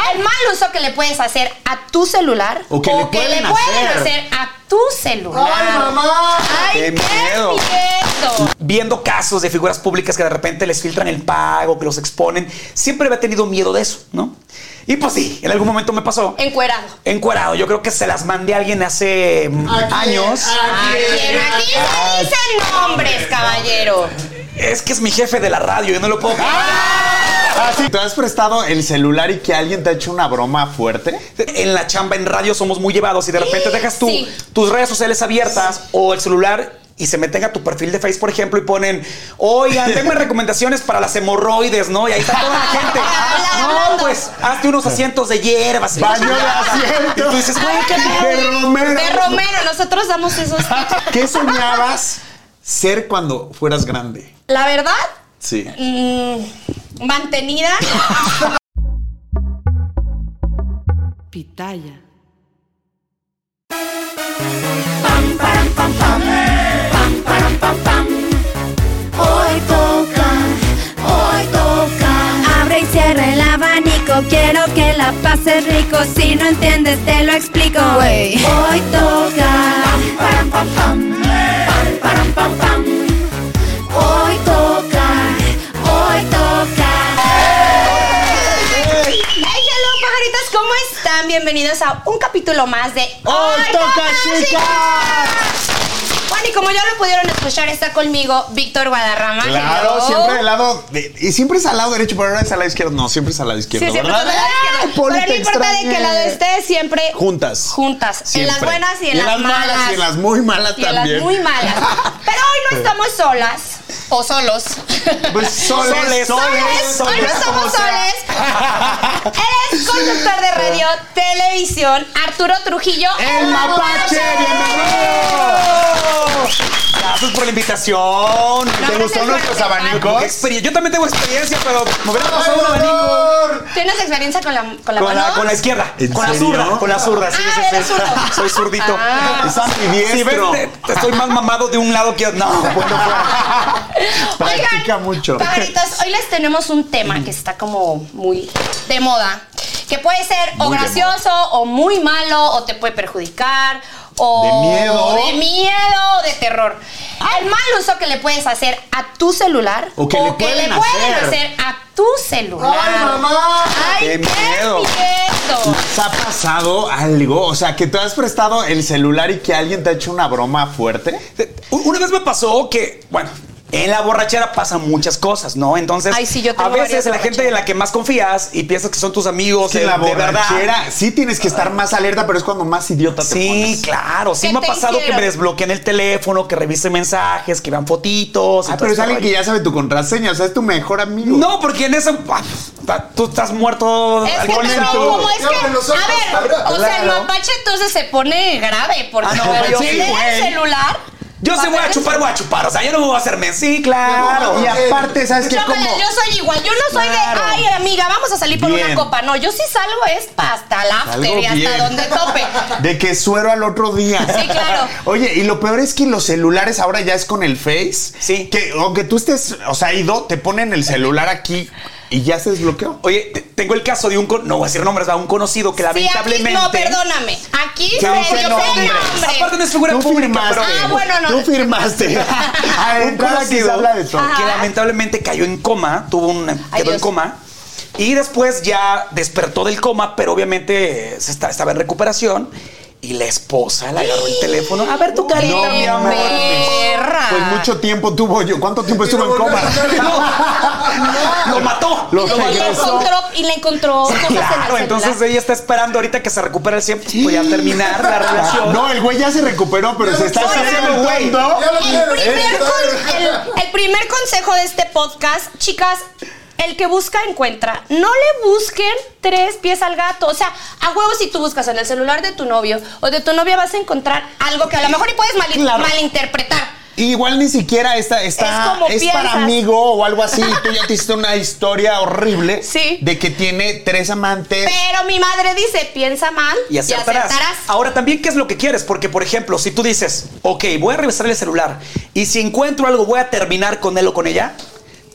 El mal uso que le puedes hacer a tu celular o que le pueden hacer a tu celular. ¡Ay, mamá! ¡Ay, qué miedo! Viendo casos de figuras públicas que de repente les filtran el pago, que los exponen, siempre había tenido miedo de eso, ¿no? Y pues sí, en algún momento me pasó. Encuerado. Yo creo que se las mandé a alguien hace años. Aquí se dicen nombres, caballero. Es que es mi jefe de la radio, yo no lo puedo creer. ¿Sí? ¿Te has prestado el celular y que alguien te ha hecho una broma fuerte? En la chamba, en radio, somos muy llevados y de repente dejas tus redes sociales abiertas o el celular y se meten a tu perfil de Facebook, por ejemplo, y ponen, oigan, tengo recomendaciones para las hemorroides, ¿no? Y ahí está toda la gente. No, pues, hazte unos asientos de hierbas. Baño de asiento. Y tú dices, güey, ¿qué de Romero? De Romero, nosotros damos esos. ¿Qué soñabas ser cuando fueras grande? La verdad, sí. Mantenida. Pitaya. Pam, param, pam, pam. Pam, param, pam, pam. Hoy toca. Abre y cierra el abanico. Quiero que la pases rico. Si no entiendes, te lo explico. Wey. Hoy toca. Pam, param, pam, pam. Pam, param, pam, pam. Hoy toca. Hello, pajaritas, ¿cómo están? Bienvenidos a un capítulo más de ¡Hoy toca, chicas! Bueno, y como ya lo pudieron escuchar, está conmigo Víctor Guadarrama. Claro, Hello. siempre del lado y siempre es al lado derecho, pero ahora es al lado izquierdo. No, siempre es al lado izquierdo, Sí, siempre ¿verdad? es al lado izquierdo. Poli, Pero no importa de qué lado esté, siempre juntas. En las buenas y en las malas. Y en las muy malas y en también. las muy malas. Pero hoy no estamos solas. O solos. Pues soles. Hoy no estamos soles. Él es conductor de radio, televisión, Arturo Trujillo. ¡El Mapache! ¡Bienvenido! Gracias por la invitación. ¿Te gustó nuestros abanicos? Yo también tengo experiencia, pero me hubiera pasado un abanico. ¿Tienes experiencia con la mano? Con la izquierda. ¿En Con la serio? zurda. Con la zurda, sí. ¿eres zurdo? Soy zurdito. Es ambidiestro. Si ves, estoy más mamado de un lado que otro. No, bueno, Practica mucho. Pajaritos, hoy les tenemos un tema que está como muy de moda. Que puede ser o gracioso, o muy malo, o te puede perjudicar, o de miedo, o de terror. El mal uso que le puedes hacer a tu celular o que le pueden hacer a tu celular. ¡Ay, mamá! ¡Ay, ¡Qué miedo! ¿Te ha pasado algo? O sea, que te has prestado el celular y que alguien te ha hecho una broma fuerte. Una vez me pasó que, bueno, en la borrachera pasan muchas cosas, ¿no? Entonces, Ay, sí, yo tengo a veces varias la gente en la que más confías y piensas que son tus amigos En la de verdad. borrachera sí tienes que estar más alerta, pero es cuando más idiota te pones. Sí, claro. Sí ¿Qué me ha te pasado que hicieron? me desbloquean el teléfono, que revise mensajes, que vean fotitos. y todo Pero es este alguien que rollo. ya sabe tu contraseña, o sea, es tu mejor amigo. No, porque en eso tú estás muerto. Es que alcoholizado. pero como es que, Dígame nosotros, a ver, o sea, el claro. mapache entonces se pone grave porque no, pero yo si sí, lee güey. el celular. Yo sí voy a chupar. O sea, yo no me voy a hacer men. Sí, claro. Y aparte, ¿sabes qué? Chócala, Como yo soy igual, yo no soy Claro. de, ay amiga, vamos a salir por Bien. una copa. No, yo sí salgo es hasta el after Algo y hasta bien. donde tope. de que suero al otro día. Sí, claro. Oye, y lo peor es que los celulares ahora ya es con el Face. Sí. Que aunque tú estés, o sea, ido, te ponen el celular aquí y ya se desbloqueó. Oye, tengo el caso de no voy a decir nombres, un conocido que Sí, aquí, lamentablemente. no, perdóname. Aquí ¿Qué no, dice yo sé nombre? nombre. Aparte no es figura Tú pública, firmaste. pero. Ah, bueno, no. Tú firmaste. A Un entrar aquí se conocido habla de todo. Ajá. que lamentablemente cayó en coma, quedó en Dios. coma. Y después ya despertó del coma, pero obviamente estaba en recuperación. Y la esposa le agarró el teléfono. A ver tu carita, No, mi amor. perra. Pues mucho tiempo tuvo yo. ¿Cuánto tiempo estuvo en coma? Lo mató. Lo Y regresó. le encontró cosas en el Claro, celular. entonces ella está esperando ahorita que se recupere el 100%, pues ya terminar la relación. No, el güey ya se recuperó, pero se está haciendo güey. tonto. Ya lo tiene. El primer consejo de este podcast, chicas, el que busca encuentra. No le busquen 3 pies al gato. O sea, a huevo si tú buscas en el celular de tu novio o de tu novia vas a encontrar algo que a lo mejor y puedes Claro. malinterpretar. Igual ni siquiera es como para piensas. amigo o algo así. Tú ya te hiciste una historia horrible Sí. de que tiene 3 amantes. Pero mi madre dice, piensa mal Y acertarás. Ahora también, ¿qué es lo que quieres? Porque, por ejemplo, si tú dices, ok, voy a revisar el celular y si encuentro algo, voy a terminar con él o con ella.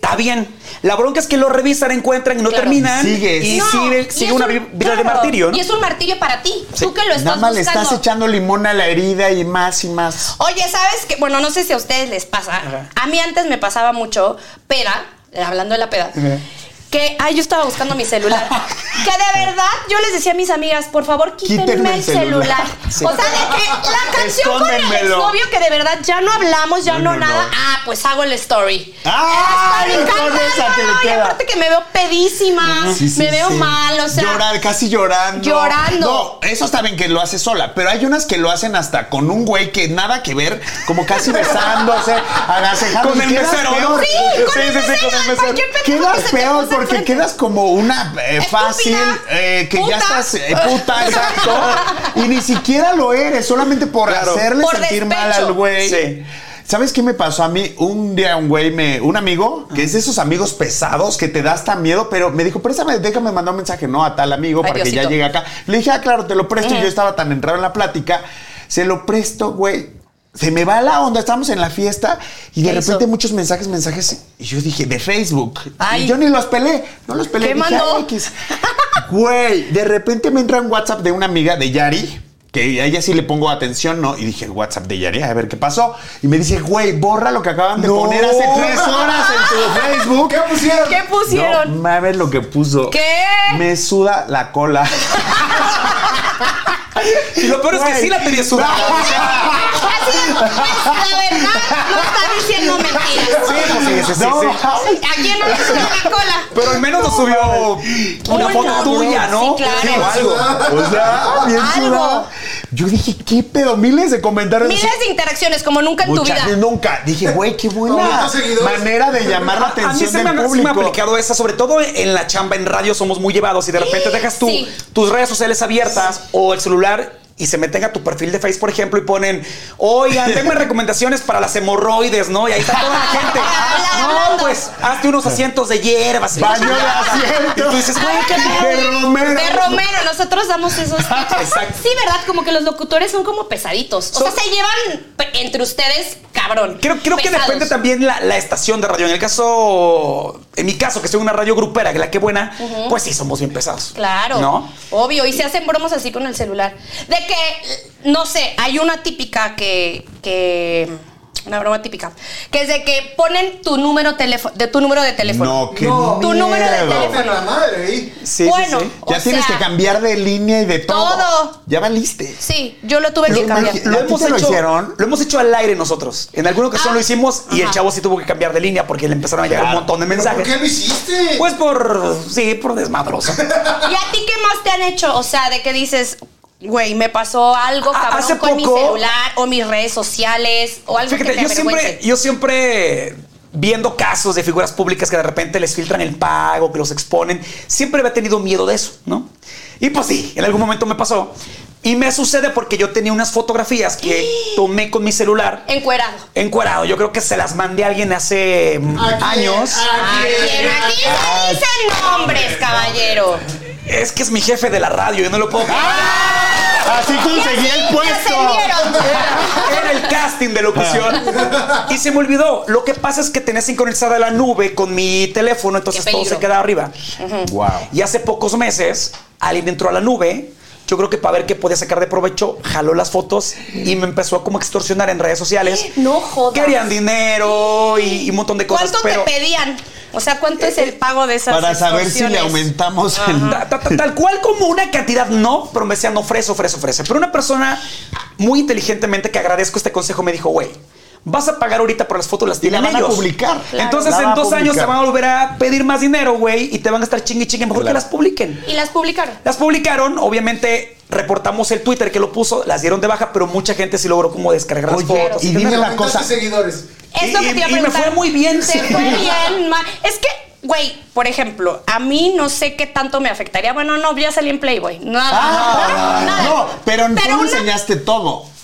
está bien. La bronca es que lo revisan, encuentran y no terminan. Sigues. Sigue una vida de martirio, ¿no? Y es un martirio para ti. Sí. Tú que lo estás Nada más buscando. le estás echando limón a la herida y más y más. Oye, ¿sabes qué? Bueno, no sé si a ustedes les pasa. Ajá. A mí antes me pasaba mucho, peda, hablando de la peda, que, yo estaba buscando mi celular. Que de verdad, yo les decía a mis amigas, por favor, quítenme el celular. Sí. O sea, de que la canción con el Escóndenmelo. exnovio que de verdad ya no hablamos, ya no nada. Pues hago el story. ¡Ah! El story, Con esa que le y queda. aparte que me veo pedísima, Sí, sí, me veo sí. mal, o sea. Casi llorando. Llorando. No, eso está bien que lo hace sola, pero hay unas que lo hacen hasta con un güey que nada que ver, como casi besándose, agacejando. Con el Quedas mesero, ¿no? peor. Sí, con el con el mesero. Cualquier pendejo que Quedas se te peor cruce porque enfrente. quedas como una fácil, que puta. ya estás puta, exacto. Y ni siquiera lo eres, solamente por Claro. hacerle Por sentir despecho. mal al güey. Sí. ¿Sabes qué me pasó a mí? Un día un amigo, que es de esos amigos pesados que te da hasta miedo, pero me dijo, préstame, déjame mandar un mensaje, no, a tal amigo, Ay, para que ya Diosito. llegue acá. Le dije, claro, te lo presto. Y yo estaba tan entrado en la plática, se lo presto, güey. Se me va la onda, estamos en la fiesta y de ¿Qué repente hizo? muchos mensajes. Y yo dije, de Facebook. Ay. Y yo ni los pelé, no los pelé. ¿Qué Dije, mandó? "Ay, X". Güey, de repente me entra un WhatsApp de una amiga de Yari, que a ella sí le pongo atención, ¿no? Y dije, WhatsApp de Yari, a ver qué pasó. Y me dice, güey, borra lo que acaban de poner hace 3 horas en tu Facebook. ¿Qué pusieron? ¿Qué pusieron? No mames lo que puso. ¿Qué? Me suda la cola. Y lo peor es que Güey. sí la tenía sudada. Así, pues, la verdad, no está diciendo mentiras. No, ¿A quién no le suena la cola? Pero al menos nos subió una Uy, foto no, tuya, ¿no? sí, claro. Sí, o algo. O sea, bien Algo. sudada. Yo dije, ¿qué pedo? Miles de comentarios. Miles de interacciones, como nunca en tu Muchas, vida. nunca. Dije, güey, qué buena ¿Cuántos seguidores? manera de llamar la A mí atención se del me ha público. aplicado esa, sobre todo en la chamba, en radio somos muy llevados y de repente dejas Sí. tus redes sociales abiertas o el celular y se meten a tu perfil de Facebook, por ejemplo, y ponen, oigan, denme recomendaciones para las hemorroides, ¿no? Y ahí está toda la gente. Hablando. No, pues, hazte unos asientos de hierbas. Baño de asientos. Y tú dices, güey, ¿qué De Romero. De Romero, nosotros damos esos tips. Exacto. Sí, ¿verdad? Como que los locutores son como pesaditos. O sea, se llevan entre ustedes, cabrón. Creo que pesados. depende también la estación de radio. En mi caso, que soy una radio grupera, que la que buena, pues sí, somos bien pesados. Claro. ¿No? Obvio. Y se hacen bromas así con el celular. De que, no sé, hay una típica una broma típica. Que es de que ponen tu número de teléfono. No, qué No. Tu número de miedo. teléfono. La madre ahí. Sí, Bueno, sí, sí. Ya o tienes sea, que cambiar de línea y de todo. todo. Ya valiste. Sí, yo lo tuve que cambiar. ¿A ti te lo hicieron? Lo hemos hecho al aire nosotros. En alguna ocasión lo hicimos y el chavo sí tuvo que cambiar de línea porque le empezaron a llegar un montón de ¿Por mensajes. qué lo hiciste? Pues por desmadroso. ¿Y a ti qué más te han hecho? O sea, de que dices, güey, me pasó algo cabrón Hace con mi poco- celular o mis redes sociales o algo Fíjate, que te avergüence. yo siempre viendo casos de figuras públicas que de repente les filtran el pago, que los exponen, siempre había tenido miedo de eso, ¿no? Y pues sí, en algún momento me pasó. Y me sucede porque yo tenía unas fotografías que tomé con mi celular Encuerado. encuerado. Yo creo que se las mandé a alguien hace años. Aquí se dicen nombres, caballero. Es que es mi jefe de la radio y no lo puedo creer. Así conseguí el Me puesto. ascendieron. Era el casting de locución. Y se me olvidó. Lo que pasa es que tenía sincronizada la nube con mi teléfono, entonces Qué todo peligro. se quedaba arriba. Wow. Y hace pocos meses, alguien entró a la nube. Yo creo que para ver qué podía sacar de provecho, jaló las fotos y me empezó a como extorsionar en redes sociales. No jodas. Querían dinero y un montón de cosas. ¿Cuánto pero te pedían? O sea, ¿cuánto es el pago de esas Para saber si le extorsiones? aumentamos el... Tal cual como una cantidad no, pero me decían ofrece. Pero una persona muy inteligentemente, que agradezco este consejo, me dijo, güey, vas a pagar ahorita por las fotos, las Y la tienen van a ellos. publicar. Claro. Entonces La van en a 2 años publicar. se van a volver a pedir más dinero, güey, y te van a estar chingue. Mejor que Claro. las publiquen. Y las publicaron. Las publicaron, obviamente reportamos el Twitter que lo puso, las dieron de baja, pero mucha gente sí logró como descargar las Oye, fotos. y dime la ¿Aumentaste cosa. seguidores? Es lo que te iba a y me preguntar. fue muy bien. Te fue bien. Es que, güey, por ejemplo, a mí no sé qué tanto me afectaría. Bueno, no, ya salí en Playboy. Nada. No, pero tú una- enseñaste todo.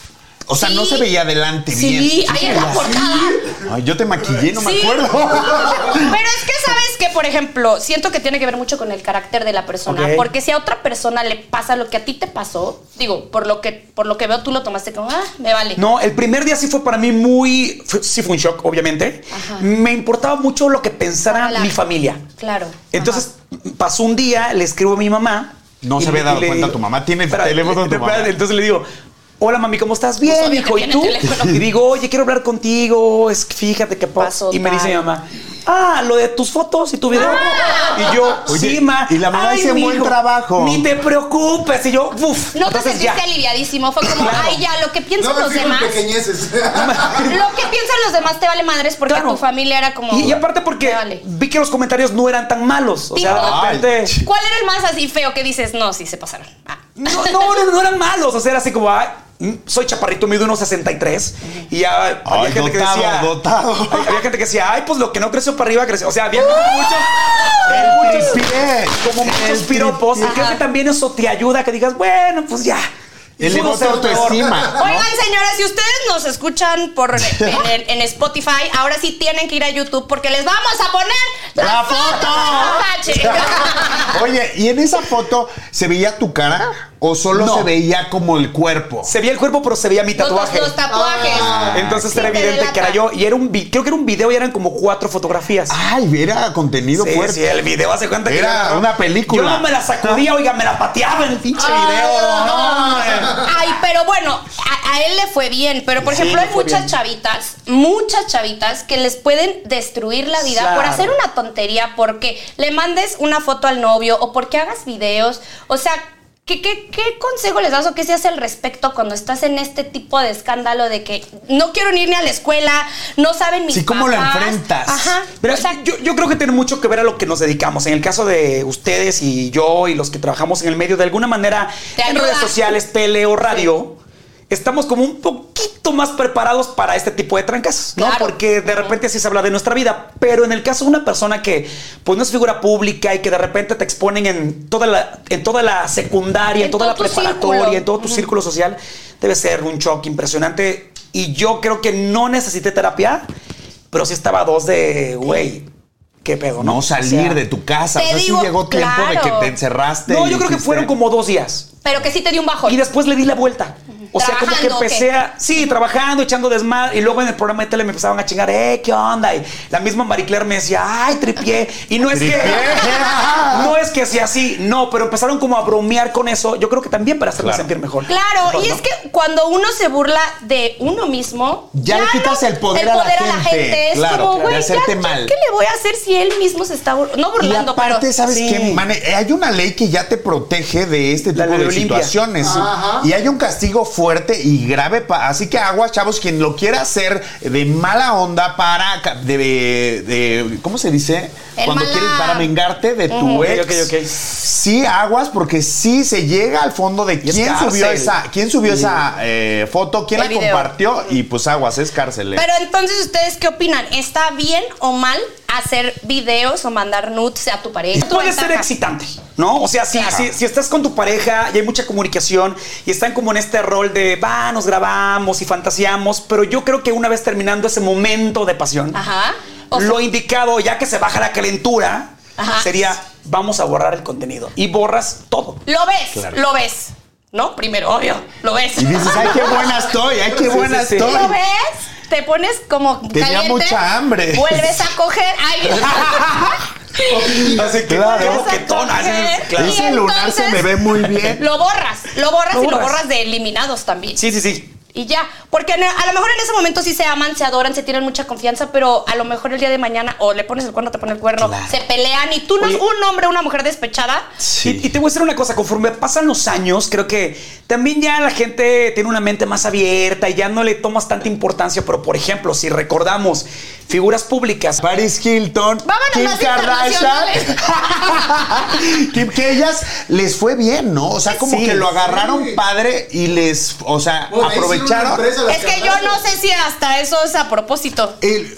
O sea, no se veía adelante bien. Sí, ahí en la portada. Ay, yo te maquillé, no me Sí. acuerdo. Pero es que sabes que, por ejemplo, siento que tiene que ver mucho con el carácter de la persona. Ok. Porque si a otra persona le pasa lo que a ti te pasó, digo, por lo que veo, tú lo tomaste como, me vale. No, el primer día sí fue para mí sí fue un shock, obviamente. Ajá. Me importaba mucho lo que pensara Hola. mi familia. Claro. Entonces, pasó un día, le escribo a mi mamá. No y se había y dado le cuenta digo- tu mamá. Tiene el Espera, teléfono de tu mamá. Entonces le digo, hola mami, ¿cómo estás? Bien, Pues obvio hijo, que ¿y tiene tú? teléfono. Y digo, oye, quiero hablar contigo. Es que fíjate que Pasó Y me dice mi tal. mamá, lo de tus fotos y tu video. Y yo, Oye, sí, ma. y la mamá hizo buen mijo, trabajo. Ni te preocupes. Y yo, uff. No te sentiste aliviadísimo, fue como, Claro. ay, ya, lo que piensan No me los fijo en demás. pequeñeces. Lo que piensan los demás te vale madres porque Claro. tu familia era como. Y aparte porque me vale. vi que los comentarios no eran tan malos. O sea, de repente. ¿Cuál era el más así feo que dices? No, sí se pasaron. No eran malos. O sea, era así como, soy chaparrito, mido 1.63. Y ya había Ay, gente que dotado, decía. dotado. Había gente que decía, pues lo que no creció para arriba creció. O sea, había muchos. El tripié. Como muchos El piropos. Y tripié. creo que también eso te ayuda a que digas, bueno, pues ya. Elevó Pudo ser tu peor. autoestima. Oigan, señoras, si ustedes nos escuchan en Spotify, ahora sí tienen que ir a YouTube porque les vamos a poner ¡La foto! Ah, chica. Oye, ¿y en esa foto se veía tu cara o solo No. se veía como el cuerpo? Se veía el cuerpo, pero se veía mi tatuaje. Los tatuajes. Entonces Sí, era te evidente delata. que era yo. Y era creo que era un video y eran como 4 fotografías. Ay, era contenido Sí, fuerte. sí, el video hace cuenta que Era una película. Yo no me la sacudía, oiga, me la pateaba en el pinche video. Ay, pero bueno, a él le fue bien. Pero, por Sí, ejemplo, le hay fue muchas chavitas que les pueden destruir la vida Claro. por hacer una tontería, porque le mandes una foto al novio o porque hagas videos. O sea, ¿qué consejo les das o qué se hace al respecto cuando estás en este tipo de escándalo de que no quiero ir ni a la escuela, no saben mis Sí, ¿cómo lo papás? enfrentas? Ajá. Pero o sea, yo creo que tiene mucho que ver a lo que nos dedicamos. En el caso de ustedes y yo y los que trabajamos en el medio, de alguna manera, Te en ayuda. redes sociales, tele o radio, estamos como un poquito más preparados para este tipo de trancas, ¿no? Claro. Porque de repente así se habla de nuestra vida. Pero en el caso de una persona que pues no es figura pública y que de repente te exponen en toda la secundaria, en toda la todo tu preparatoria, círculo. en todo tu círculo social, debe ser un shock impresionante. Y yo creo que no necesité terapia, pero sí estaba a 2 de, güey, qué pedo, ¿no? No salir O sea, de tu casa. Te O sea, sí digo, llegó tiempo de que claro. te encerraste. No, y yo creo que hiciste- fueron como 2 días. pero que sí te dio un bajón. Y después le di la vuelta. O sea, como que ¿Trabajando o empecé qué? a... Sí, trabajando, echando desmadre. Y luego en el programa de tele me empezaban a chingar, ¿qué onda? Y la misma Marie Claire me decía, ¡ay, tripié! Y no es que... No es que sea así, no. Pero empezaron como a bromear con eso. Yo creo que también para hacerme Claro. sentir mejor. Claro, Mejor, y ¿no? es que cuando uno se burla de uno mismo, Ya le quitas el poder a la gente. Es Claro, como, claro, güey, de hacerte ya, mal. ¿qué le voy a hacer si él mismo se está no Y burlando? aparte, pero ¿sabes sí. qué? Mane? Hay una ley que ya te protege de este La tipo ley de Olimpia. situaciones. Ajá. Y hay un castigo fuerte y grave. Así que aguas, chavos, quien lo quiera hacer de mala onda para... ¿cómo se dice? El Cuando mala- quieres para vengarte de tu Ok, ex. ok, ok. Sí, aguas, porque sí se llega al fondo de es quién subió cárcel. esa foto, quién El la video. compartió y pues aguas, es cárcel. Pero entonces, ¿ustedes qué opinan? ¿Está bien o mal hacer videos o mandar nudes a tu pareja? ¿Tu Puede ser ventaja? excitante, ¿no? O sea, si estás con tu pareja y hay mucha comunicación y están como en este rol de, nos grabamos y fantaseamos, pero yo creo que una vez terminando ese momento de pasión, Ajá. O lo sea, indicado, ya que se baja la calentura, Ajá. sería, vamos a borrar el contenido. Y borras todo. lo ves, Claro. lo ves. ¿No? Primero, obvio, lo ves. Y dices, ay, qué buena estoy, ay, qué Sí, buena sí, sí. estoy. ¿Lo ves? Te pones como Tenía caliente. mucha hambre. Vuelves a coger. Ay. Así que, Claro. qué boquetona, así es, claro. Y Ese lunar se entonces- me ve muy bien. Lo borras Lo y lo borras. borras de eliminados también. Sí, sí, sí. Y ya, porque a lo mejor en ese momento sí se aman, se adoran, se tienen mucha confianza, pero a lo mejor el día de mañana o le pones el cuerno, te pone el cuerno, Claro. se pelean y tú no Oye. es un hombre o una mujer despechada. Sí. Y te voy a decir una cosa, conforme pasan los años, creo que también ya la gente tiene una mente más abierta y ya no le tomas tanta importancia, pero por ejemplo, si recordamos figuras públicas. Paris Hilton, Vámonos Kim más Kardashian, que ellas les fue bien, ¿no? O sea, como Sí. que lo agarraron padre y les, o sea, Bueno, ahí hicieron una aprovecharon. empresa, las Es que yo no sé si hasta eso es a propósito.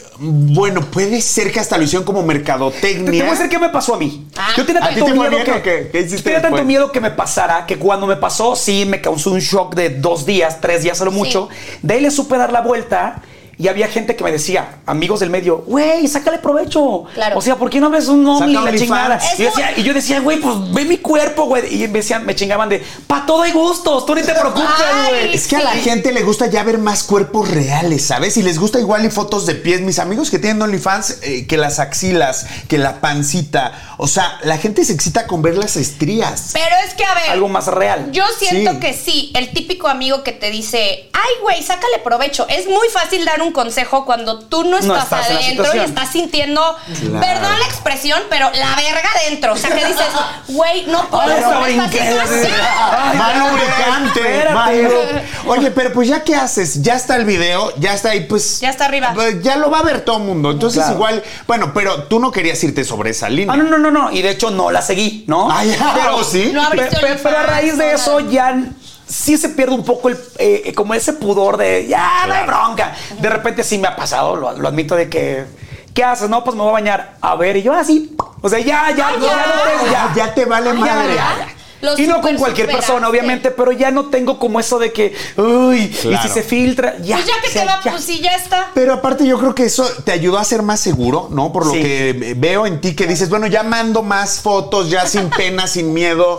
Bueno, puede ser que hasta lo hicieron como Te voy mercadotecnia. a decir qué me pasó a mí. Ah. Yo tenía ¿A ti tanto te fue miedo bien o qué? ¿Qué hiciste yo tenía tanto después? miedo que me pasara que cuando me pasó, sí me causó un shock de 2 días, 3 días a lo mucho. De ahí le supe dar la vuelta. Y había gente que me decía, amigos del medio, güey, sácale provecho. Claro. O sea, ¿por qué no ves un Only Saca la chingada? OnlyFans. Y yo decía, güey, pues ve mi cuerpo, güey. Y me chingaban de, pa' todo hay gustos, tú ni te preocupes, Ay, güey. Es que a la gente le gusta ya ver más cuerpos reales, ¿sabes? Y les gusta igual y fotos de pies. Mis amigos que tienen OnlyFans, que las axilas, que la pancita. O sea, la gente se excita con ver las estrías. Pero es que, a ver. Algo más real. Yo siento Sí. que sí, el típico amigo que te dice, ay, güey, sácale provecho. Es muy fácil dar un consejo cuando tú no No estás, estás en la adentro y situación. estás sintiendo, Claro. perdón la expresión, pero la verga adentro. O sea, que dices, güey, no puedo. Ay, está no estás brincando, haciendo así. así. Ay, Más espérate, lubricante. espérate. más- Oye, pero pues ya qué haces, ya está el video, ya está ahí, pues. Ya está arriba. Pues, ya lo va a ver todo el mundo. Entonces, Claro. igual, bueno, pero tú no querías irte sobre esa línea. Ah, no. Y de hecho no la seguí, ¿no? Ay, pero ¿sí? No abriste pero a raíz de OnlyFans, eso nada. ya sí se pierde un poco como ese pudor de ya, no hay bronca. De repente sí me ha pasado, lo admito, de que ¿qué haces? No, pues me voy a bañar. A ver, y yo así. O sea, ya no tengo, Ya te vale madre. Lo Y no con super cualquier persona, superaste. obviamente, pero ya no tengo como eso de que, uy, y Claro. si se filtra, ya. Pues ya que o sea, te va, ya. pues sí, ya está. Pero aparte yo creo que eso te ayudó a ser más seguro, ¿no? Por lo Sí. que veo en ti que dices, bueno, ya mando más fotos, ya sin pena, sin miedo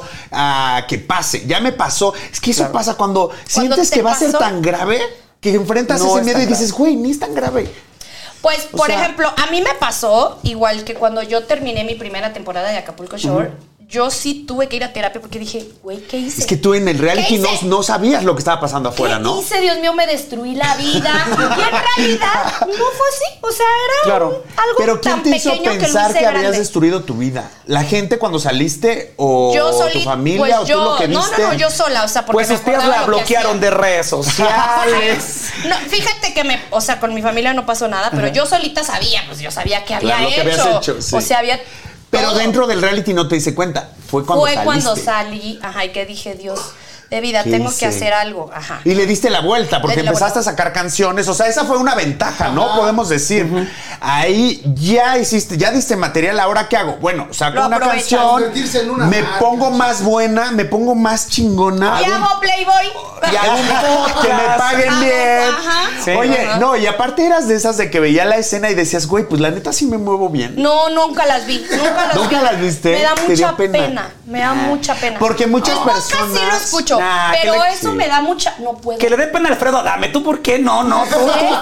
a que pase. Ya me pasó. Es que eso pasa cuando sientes te que va a ser pasó. tan grave que enfrentas No ese es miedo y tan dices, güey, ni es tan grave. Pues, por sea- ejemplo, a mí me pasó, igual que cuando yo terminé mi primera temporada de Acapulco Shore, yo sí tuve que ir a terapia porque dije, güey, ¿qué hice? Es que tú en el reality ¿Qué hice? no sabías lo que estaba pasando ¿Qué afuera, ¿no? hice? Dios mío, me destruí la vida. Y en realidad no fue así. O sea, era Claro. algo Pero ¿quién tan te hizo pequeño pensar que que lo hice habías grande. destruido tu vida? ¿La gente cuando saliste o Yo tu solita, familia pues o tú lo que viste? No, yo sola, o sea, porque Pues me sus tías acordaba la lo que bloquearon hacía. de redes sociales. No, fíjate que o sea, con mi familia no pasó nada, pero yo solita sabía, pues yo sabía que había Claro, lo que habías hecho, sí. O sea, había Pero todo. dentro del reality no te diste cuenta. Fue cuando Fue saliste. cuando salí, ajá, y que dije, Dios, de vida, ¿Qué tengo hice? que hacer algo, ajá. Y le diste la vuelta porque Le di la empezaste vuelta. a sacar canciones. O sea, esa fue una ventaja, ¿no? Podemos decir. Ahí ya diste material. ¿Ahora qué hago? Bueno, saco Lo una aprovechas. canción. Convertirse en una Me marca, pongo sí. más buena, me pongo más chingona. Y hago Playboy. Y hago un podcast. Que me paguen Ajá, bien. ajá. Sí. Oye, Ajá. no, y aparte eras de esas de que veía la escena y decías, güey, pues la neta sí me muevo bien. No, nunca las vi. ¿Nunca las viste? Me da ¿Te dio mucha pena? pena. Me da mucha pena. Porque muchas El podcast sí lo personas- escucho, Nah, pero que le- eso sí. me da mucha. No puedo. Que le dé pena a Alfredo Adame. ¿Tú por qué? No, tú.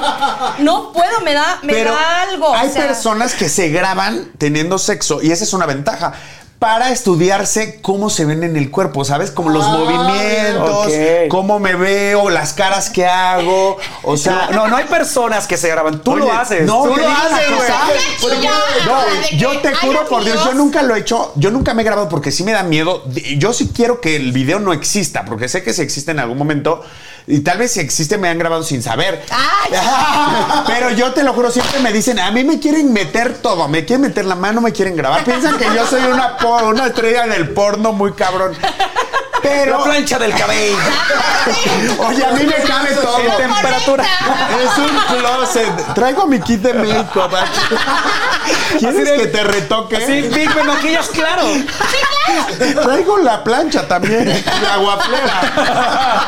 No puedo, me da Pero algo. hay o sea, personas que se graban teniendo sexo y esa es una ventaja para estudiarse cómo se ven en el cuerpo, ¿sabes? Como los movimientos, ok. cómo me veo, las caras que hago, o sea, No hay personas que se graban. Tú Oye, lo haces. no, tú te lo digo una haces, güey. cosa. Yo ya, No, de que yo te hay juro por Dios, yo amigos- nunca lo he hecho, yo nunca me he grabado porque sí me da miedo. Yo sí quiero que el video no exista, porque sé que si existe en algún momento, y tal vez si existe me han grabado sin saber. Ay. Pero yo te lo juro, siempre me dicen, a mí me quieren meter todo, me quieren meter la mano, me quieren grabar. Piensan que yo soy una estrella del porno muy cabrón. Pero, La plancha del cabello. oye, a mí me cabe todo. En temperatura. Es un closet. Traigo mi kit de make-up. ¿Quieres Así de- que te retoque? Sí, Vic, me maquillas, claro. Traigo la plancha también. La guaflera.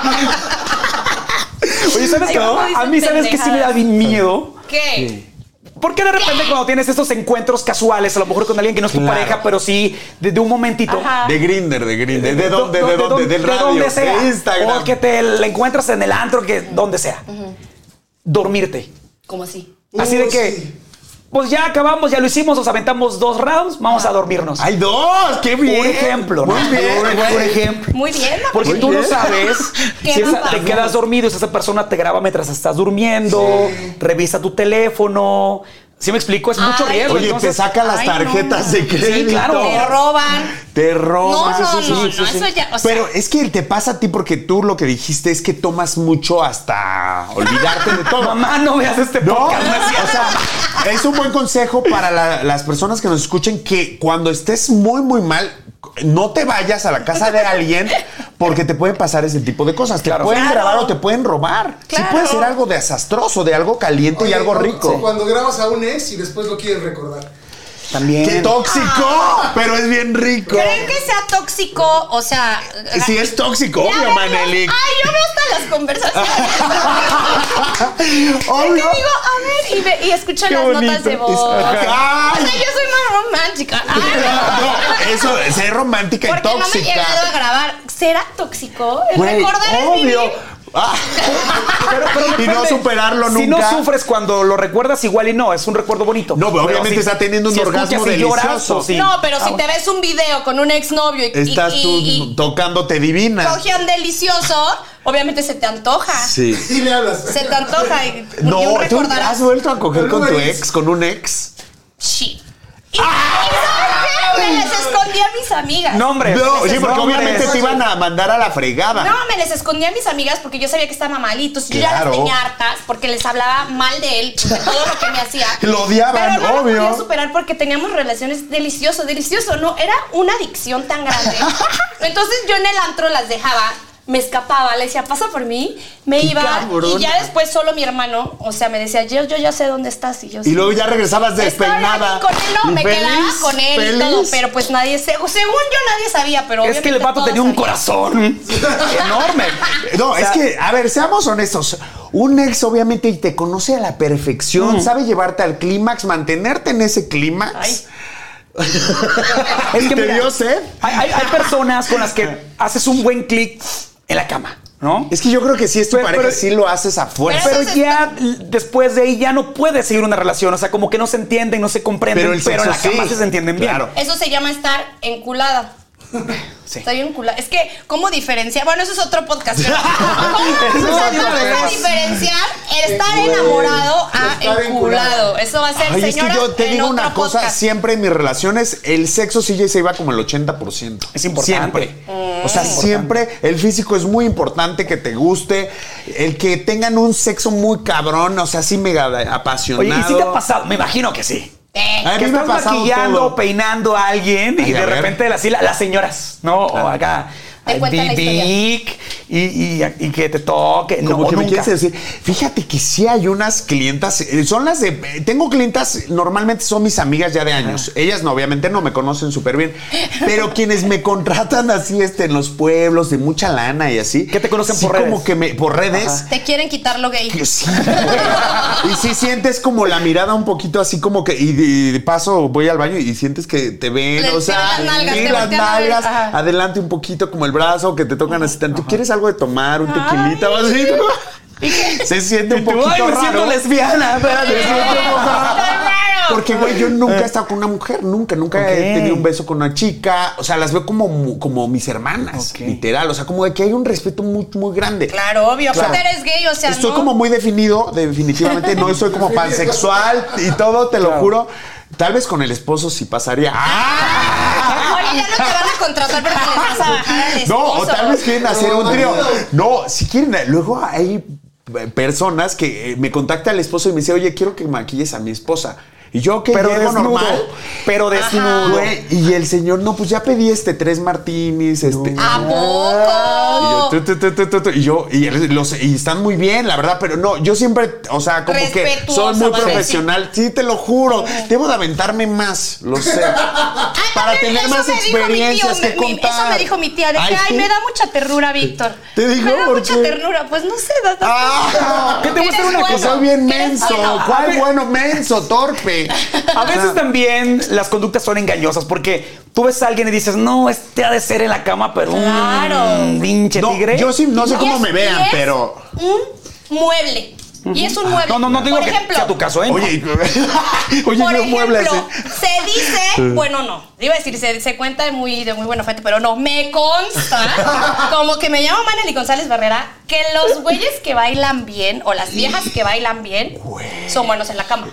Oye, ¿sabes Ay, qué? cómo dicen A mí, ¿sabes qué sí me da miedo? ¿Qué? Porque de repente cuando tienes estos encuentros casuales, a lo mejor con alguien que no es tu Claro. pareja, pero sí de un momentito. Ajá. De Grindr. ¿De dónde? ¿De dónde? Del radio. donde sea. De Instagram. O que te la encuentras en el antro, que donde sea. Dormirte. ¿Cómo así? Así de que, Sí. pues ya acabamos, ya lo hicimos, nos aventamos 2 rounds, vamos a dormirnos. ¡Hay dos! ¡Qué bien! Por ejemplo, ¿no? Muy bien, Por güey. ejemplo. Muy bien, ¿no? Porque Muy tú no bien. sabes ¿Qué si va a te pasar? quedas dormido, si esa persona te graba mientras estás durmiendo, revisa tu teléfono. ¿Sí me explico? Es mucho Ay, riesgo. Oye, entonces, te saca las Ay, tarjetas no. de crédito. Sí, claro. Te roban. Te roban. No, eso ya, o sea. Pero es que te pasa a ti porque tú lo que dijiste es que tomas mucho hasta olvidarte de todo. Mamá, no veas este No, podcast. No es cierto. o sea, es un buen consejo para las personas que nos escuchen que cuando estés muy, muy mal, no te vayas a la casa de alguien porque te pueden pasar ese tipo de cosas. Claro. Te pueden Claro. grabar o te pueden robar. Sí Claro. puede ser algo desastroso, de algo caliente y Oye, algo no, rico. Cuando grabas a un ex y después lo quieres recordar. También. ¡Qué tóxico! Pero es bien rico. ¿Creen que sea tóxico? O sea. Sí es tóxico, Ya obvio, verlo. Manelik. Ay, yo veo hasta las conversaciones. Obvio. Es que digo, a ver, y escucho Qué las bonito. notas de voz. Ajá. O sea, yo soy más romántica. Ay, No, eso es ser romántica y porque no me he tóxica. llegado a grabar. ¿Será tóxico? El Güey, recordar es obvio. vivir. Ah. Pero Y no depende. superarlo Si nunca. no sufres cuando lo recuerdas, igual y no, es un recuerdo bonito. No, pero obviamente está teniendo un orgasmo escuchas y lloras, delicioso. pues sí. No, pero si Ah, te ves un video con un exnovio y, Estás tú y tocándote divina. cogían delicioso, obviamente se te antoja. Sí. Y le hablas. Se te antoja y No, y un ¿tú recordarás. has vuelto a coger con tu Uber Eats. ex, con un ex? Sí. ¿Y sabes qué? Me les escondí a mis amigas. No, hombre. No, sí, porque No, hombre. obviamente te iban a mandar a la fregada. No, me les escondí a mis amigas porque yo sabía que estaban malitos. Yo ya Claro. las tenía hartas porque les hablaba mal de él, de todo lo que me hacía. Lo odiaban, pero no obvio. lo podía superar porque teníamos relaciones delicioso, ¿no? Era una adicción tan grande. Entonces yo en el antro las dejaba, me escapaba, le decía, pasa por mí, me Qué iba cabrón. y ya después solo mi hermano, o sea, me decía, yo ya sé dónde estás y yo Y luego ya regresabas Estoy despeinada. aquí con él, no, Y me feliz, quedaba con él y feliz. todo, pero pues nadie, según yo nadie sabía, pero Es que el obviamente vato todos tenía un sabían. corazón enorme. No, O sea, es que, a ver, seamos honestos. Un ex obviamente te conoce a la perfección, sabe llevarte al clímax, mantenerte en ese clímax. Ay. Es que ¿Te mira, dio sed? hay personas con las que haces un buen clic en la cama, ¿no? Es que yo creo que si es tu Pero- pareja, pero- sí lo haces a fuerza. Pero Eso ya después de ahí ya no puedes seguir una relación, o sea, como que no se entienden, no se comprenden, Pero el pero en la sexo cama sí. sí se entienden Claro. bien. Eso se llama estar enculada. Sí. Estoy enculada. Es que, ¿cómo diferenciar? Bueno, eso es otro podcast. Pero Eso ¿cómo es otro vamos a tema. diferenciar el estar Güey, enamorado a estar enculado? Eso va a ser, Ay, es que señora, yo te en digo otro una cosa, podcast. siempre en mis relaciones, el sexo sí ya se iba como el 80%. Es importante. Siempre. O sea, siempre el físico es muy importante, que te guste, el que tengan un sexo muy cabrón, o sea, así mega apasionado. Oye, ¿y si te ha pasado? Me imagino que sí. A Que mí me ha estás pasado maquillando, todo. peinando a alguien Ay, y de a ver. repente las señoras, ¿no? O acá. Te cuentan la historia. Vic, y que te toque. Como No, que me nunca. quieres decir, fíjate que sí hay unas clientas, son las de, tengo clientas, normalmente son mis amigas ya de años, ellas no, obviamente no me conocen súper bien, pero quienes me contratan así en los pueblos de mucha lana y así. Que te conocen sí, por redes. como que por redes. Te quieren quitar lo gay. Que sí, güey. Y sí sientes como la mirada un poquito así como que, y de paso voy al baño y sientes que te ven, Le o sea, ven las nalgas, sí, te las voltean a ver. nalgas, Ajá. adelante un poquito como el brazo, que te tocan así tanto. ¿Quieres algo de tomar? Un tequilita o así. Se siente un Tú, poquito ay, me raro. siento lesbiana. Espérate. Se siente un poco raro. ¡Está raro! Porque, güey, yo nunca he estado con una mujer, nunca Ok. he tenido un beso con una chica. O sea, las veo como mis hermanas, Ok. literal. O sea, como de que hay un respeto muy, muy grande. Claro, obvio. Claro. Aparte eres gay, o sea, Estoy no. como muy definido, definitivamente no soy como pansexual y todo, te lo Claro. juro. Tal vez con el esposo sí pasaría. Oye, ya no te van a contratar porque les vas a bajar al esposo. No, o tal vez quieren hacer un trío. No. No, si quieren, luego hay personas que me contacta el esposo y me dice, oye, quiero que maquilles a mi esposa. Y yo que Pero llego desnudo. normal. Pero desnudo. Güey, y el señor, no, pues ya pedí 3 martinis, ¿A poco? Y yo, y están muy bien, la verdad, pero no, yo siempre, o sea, como que Respetuosa, soy muy vale. profesional. Sí, te lo juro. Debo de aventarme más, lo sé. Para tener Eso más me dijo mi experiencias tío, que contar. Eso me dijo mi tía, de que, ay, ¿sí? me da mucha ternura, Víctor. ¿Te dijo? Me da ¿Por mucha qué? ternura. Pues no sé, Ah, ¿Qué te voy a hacer una que cosa? soy bien ¿Qué eres menso. bueno? ¿Cuál bueno menso? Torpe. A veces también las conductas son engañosas porque tú ves a alguien y dices, no, este ha de ser en la cama, pero Claro. un pinche No, tigre. yo sí, no sé Y cómo es- me y vean, es pero un mueble. Y es un mueble. No digo por que ejemplo, sea tu caso, ¿eh? Oye, por yo mueble ejemplo, así. se dice, bueno, no, iba a decir, se cuenta de muy buena fuente, pero no, me consta, como que me llamo Manely González Barrera, que los güeyes que bailan bien, o las viejas que bailan bien, son buenos en la cama.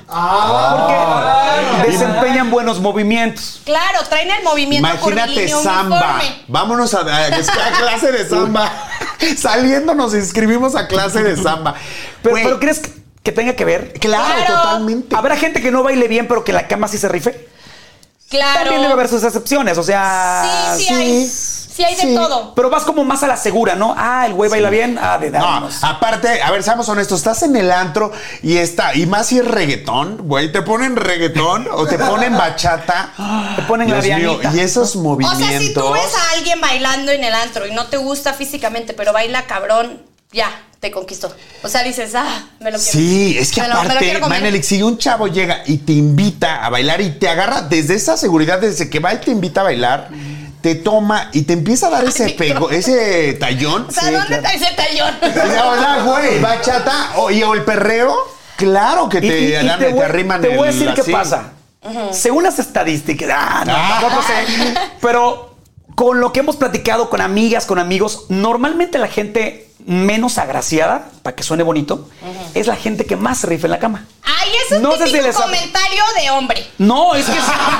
Porque desempeñan buenos movimientos. Claro, traen el movimiento Imagínate curvilíneo samba. uniforme. Vámonos a clase de samba. Saliendo nos inscribimos a clase de samba. Pero ¿crees que tenga que ver? Claro, totalmente. ¿Habrá gente que no baile bien, pero que en la cama sí se rife? Claro. También debe haber sus excepciones, o sea... Sí hay de todo. Pero vas como más a la segura, ¿no? El güey baila bien, de No, darnos. aparte, a ver, seamos honestos, estás en el antro y más si es reggaetón, güey, te ponen reggaetón o te ponen bachata. Te ponen la Dios mío, dianita. y esos O movimientos. sea, si tú ves a alguien bailando en el antro y no te gusta físicamente, pero baila cabrón, ya, te conquistó. O sea, dices, me lo quiero. Sí, es que me lo aparte, quiero comer. Manelik, si un chavo llega y te invita a bailar y te agarra desde esa seguridad, desde que va y te invita a bailar, te toma y te empieza a dar ese tallón. O sea, ¿dónde está ese tallón? Hola, güey, bachata o el perreo, claro que te arriman Te voy a decir qué así. pasa. Según las estadísticas, tampoco sé, pero con lo que hemos platicado con amigas, con amigos, normalmente la gente menos agraciada, para que suene bonito, es la gente que más se rifa en la cama. Ay, es un típico comentario de hombre. No, es que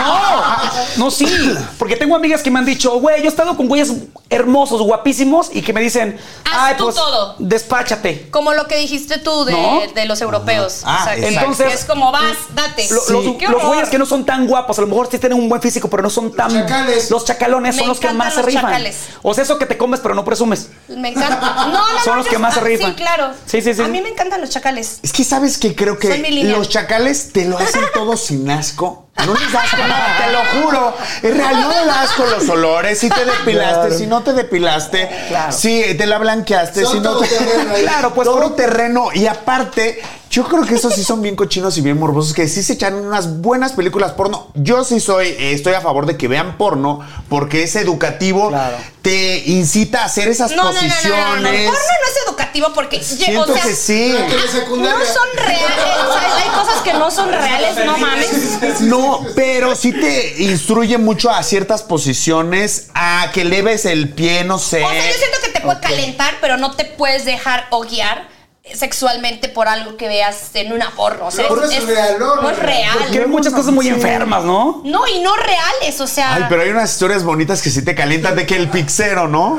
no, sí. Porque tengo amigas que me han dicho, güey, yo he estado con güeyes hermosos, guapísimos, y que me dicen, haz tú todo. Despáchate. Como lo que dijiste tú de los europeos. Ah, o sea, entonces, que es como vas, date. Los güeyes que no son tan guapos, a lo mejor sí tienen un buen físico, pero no son tan... chacales. Los chacalones son los que más se rifan. Chacales. O sea, eso que te comes, pero no presumes. Me encanta. No, Son los que más se rifan. Sí, claro. Sí. A mí me encantan los chacales. Es que sabes que creo Son mi que línea. los chacales te lo hacen todo sin asco. No les da asco nada, te lo juro. Es real, no le da asco los olores. Si te depilaste, Claro. si no te depilaste, Claro. si te la blanqueaste, Son si no todo te. terreno ahí. Claro, pues todo terreno. Y aparte, yo creo que esos sí son bien cochinos y bien morbosos, que sí se echan unas buenas películas porno. Yo sí estoy a favor de que vean porno, porque es educativo, Claro. te incita a hacer esas posiciones. No. Porno no es educativo porque Siento que sí. La que de secundaria. no son reales. O sea, hay cosas que no son reales, no mames. No, pero sí te instruye mucho a ciertas posiciones, a que leves el pie, no sé. O sea, yo siento que te puede calentar, pero no te puedes dejar o guiar sexualmente por algo que veas en una porno. O sea, No es real, no es real. Porque hay muchas cosas muy enfermas, ¿no? No, y no reales, o sea. Ay, pero hay unas historias bonitas que sí te calientan de que el pixero, ¿no?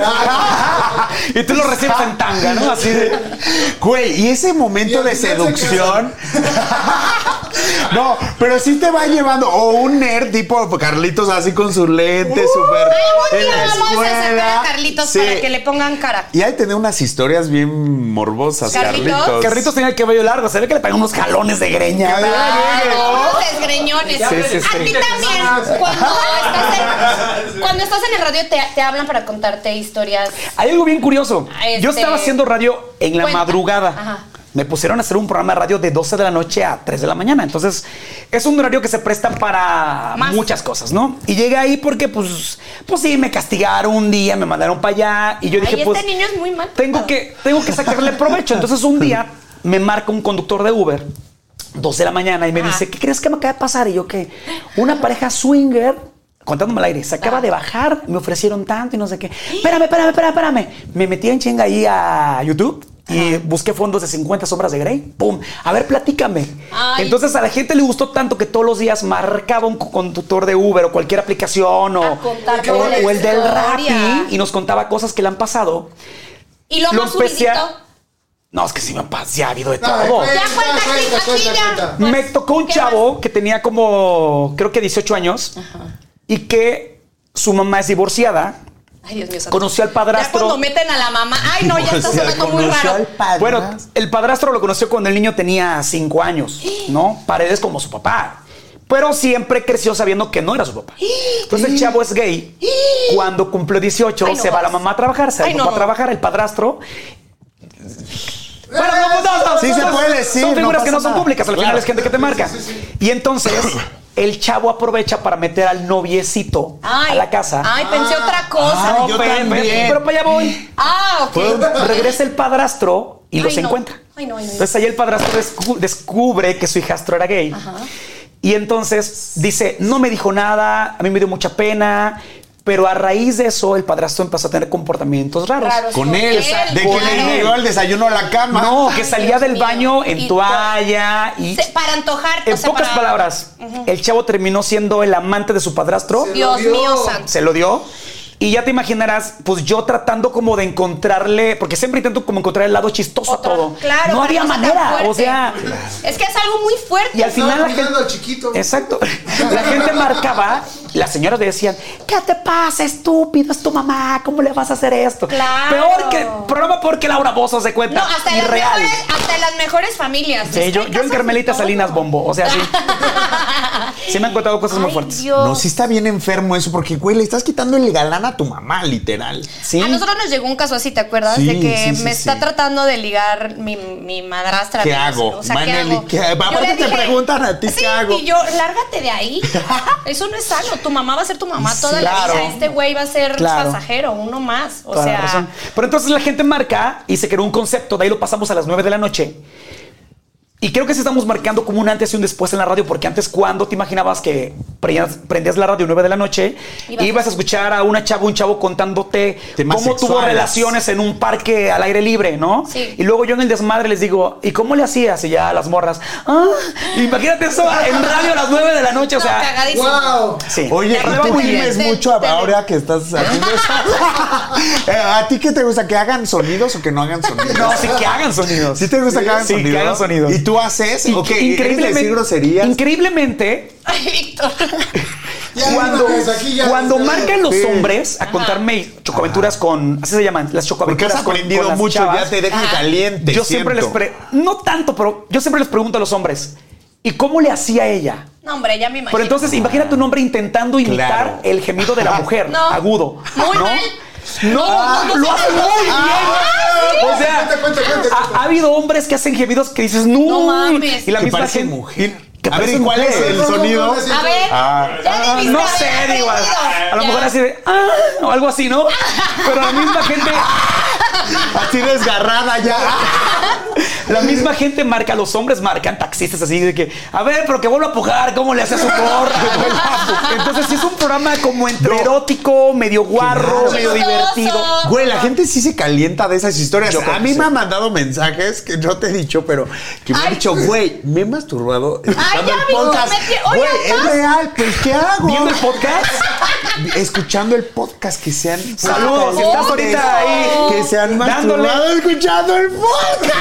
Y tú lo recibes en tanga, ¿no? Así de... Güey, y ese momento Y de al final se seducción. No, pero sí te va llevando. O un nerd tipo Carlitos así con sus lentes, súper. Algún en día la vamos a sacar escuela. a Carlitos Sí. para que le pongan cara. Y ahí tener unas historias bien morbosas, ¿Carlitos? Carlitos. Carritos tenía el cabello largo, se ve que le pegan unos jalones de greña. Unos desgreñones. Sí. A ti también, cuando estás en el radio, te hablan para contarte historias. Hay algo bien curioso. Yo estaba haciendo radio en la Cuenta. madrugada. Ajá. Me pusieron a hacer un programa de radio de 12 de la noche a 3 de la mañana. Entonces, es un horario que se presta para Más. muchas cosas, ¿no? Y llegué ahí porque, pues sí, me castigaron un día, me mandaron para allá. Y yo dije, Ay, pues. este niño es muy mal. Tengo que sacarle provecho. Entonces, un día me marca un conductor de Uber, 12 de la mañana, y me dice, ¿qué crees que me acaba de pasar? Y yo, ¿qué? Una pareja swinger, contándome al aire, se acaba de bajar, me ofrecieron tanto y no sé qué. Espérame. Me metí en chinga ahí a YouTube. Y busqué fondos de 50 sombras de Grey. ¡Pum! A ver, platícame. Ay. Entonces a la gente le gustó tanto que todos los días marcaba un conductor de Uber o cualquier aplicación A contarte la o el del historia. Rappi y nos contaba cosas que le han pasado. Y lo más empecé a- subidito. No, es que sí me ya ha habido de No, todo. Ya cuenta aquí ya. Pues, Me tocó un ¿qué chavo que tenía como, creo que 18 años y que su mamá es divorciada. Ay, Dios mío. santo. Conoció al padrastro. Ya cuando meten a la mamá. Ay, no, ya está sonando muy raro. Bueno, el padrastro lo conoció cuando el niño tenía 5 años, ¿no? Paredes como su papá. Pero siempre creció sabiendo que no era su papá. Entonces el chavo es gay. Cuando cumplió 18, Ay, no se va la más. mamá a trabajar, se va Ay, el no, papá a no. trabajar, el padrastro. Bueno, Sí se puede decir, son figuras no que no pasa son nada. públicas, al final Claro. es gente que te marca. Y entonces el chavo aprovecha para meter al noviecito Ay, a la casa. Ay, pensé otra cosa. Ay, yo también. Pero para allá voy. Ah, ok. Regresa el padrastro y los Ay, no. encuentra. Ay, no. Entonces ahí el padrastro descubre que su hijastro era gay. Ajá. Y entonces dice, no me dijo nada, a mí me dio mucha pena. Pero a raíz de eso, el padrastro empezó a tener comportamientos raros. Con él. De claro. que le llegó el desayuno a la cama. No, que salía Dios del mío. baño en Y toalla y... para antojar. En o sea, pocas para- palabras, el chavo terminó siendo el amante de su padrastro. Dios mío santo. Se lo dio. Y ya te imaginarás, pues yo tratando como de encontrarle, porque siempre intento como encontrar el lado chistoso a todo. Claro, no para había que sea tan manera, fuerte. o sea... Es que es algo muy fuerte. Y al final Estaba la gente... cuidando al chiquito. Exacto. La gente marcaba, las señoras decían, ¿qué te pasa, estúpido? Es tu mamá, ¿cómo le vas a hacer esto? Claro. Programa peor que Laura Bozo se cuenta. No, hasta en irreal. las mejores familias. Sí, Es que yo hay en casos Carmelita de todo. Salinas Bombo, o sea, sí. Sí me han contado cosas muy Ay, fuertes. Dios. No, sí está bien enfermo eso, porque, güey, le estás quitando el galán a tu mamá, literal. Sí. A nosotros nos llegó un caso así, ¿te acuerdas? Sí, de que sí, sí, me está sí. tratando de ligar mi madrastra. ¿Qué ¿no? hago? O sea, ¿qué Maneli, hago? ¿qué- Yo aparte le te preguntan a ti, sí, ¿qué hago? Y yo, lárgate de ahí. Eso no es sano. Tu mamá va a ser tu mamá toda Claro. la vida. Este güey va a ser Claro. pasajero, uno más. O Toda la sea, razón. Pero entonces la gente marca y se creó un concepto, de ahí lo pasamos a las 9 de la noche. Y creo que sí estamos marcando como un antes y un después en la radio, porque antes, cuando te imaginabas que prendías la radio 9 de la noche, ibas a escuchar a una chava, un chavo contándote Temas cómo tuvo sexuales. relaciones en un parque al aire libre, ¿no? Sí. Y luego yo en el desmadre les digo, ¿y cómo le hacías? Y ya las morras, imagínate eso en radio a las 9 de la noche, o sea. cagadísimo. ¡Wow! Sí. Oye, Te ¿y va tú muy gimes bien. mucho Te- ahora que estás haciendo eso? ¿A ti qué te gusta? ¿Que hagan sonidos o que no hagan sonidos? No, sí que hagan sonidos. ¿Sí te gusta que hagan Sí, sonidos? que hagan sonidos. ¿Y tú haces? ¿O qué? ¿Eres de decir groserías? Increíblemente, Ay, Víctor. Ya, cuando, una vez aquí ya- cuando ya- marcan los Sí. hombres a contarme chocoaventuras con, así se llaman, las Porque chocoaventuras has con aprendido las mucho, chavas, ya te dejan caliente. yo siempre siento. no tanto, pero yo siempre les pregunto a los hombres, ¿y cómo le hacía ella? No, hombre, ya me imagino. Pero entonces, imagínate un hombre intentando imitar Claro. el gemido de la mujer, No. agudo. Muy ¿no? mal. No, lo hace muy bien. O sea, Cuenta. ha habido hombres que hacen gemidos que dices, no, No mames. y la Que misma parecen gente. mujer. Que A ver, parecen ¿y cuál es mujer. el sonido? A ver, ya debiste No haber sé, digo, aprendido. a lo Ya. mejor así de, o algo así, ¿no? Pero la misma gente, Así desgarrada ya. la misma gente marca, los hombres marcan taxistas así de que, a ver, pero que vuelva a pujar, ¿cómo le hace a su gorra? Entonces sí es un programa como entre erótico, medio guarro, Claro. medio Chistoso. divertido. Güey, la gente sí se calienta de esas historias. Yo creo A que mí sí. me han mandado mensajes que no te he dicho, pero que me han Ay. dicho, güey, me he masturbado escuchando ya el vi, podcast. oye, Güey, es ¿estás? real, pues ¿qué hago? ¿Viendo el podcast? Escuchando el podcast, que sean Saludos, si estás ahorita ahí que se han dándole. masturbado escuchando el podcast.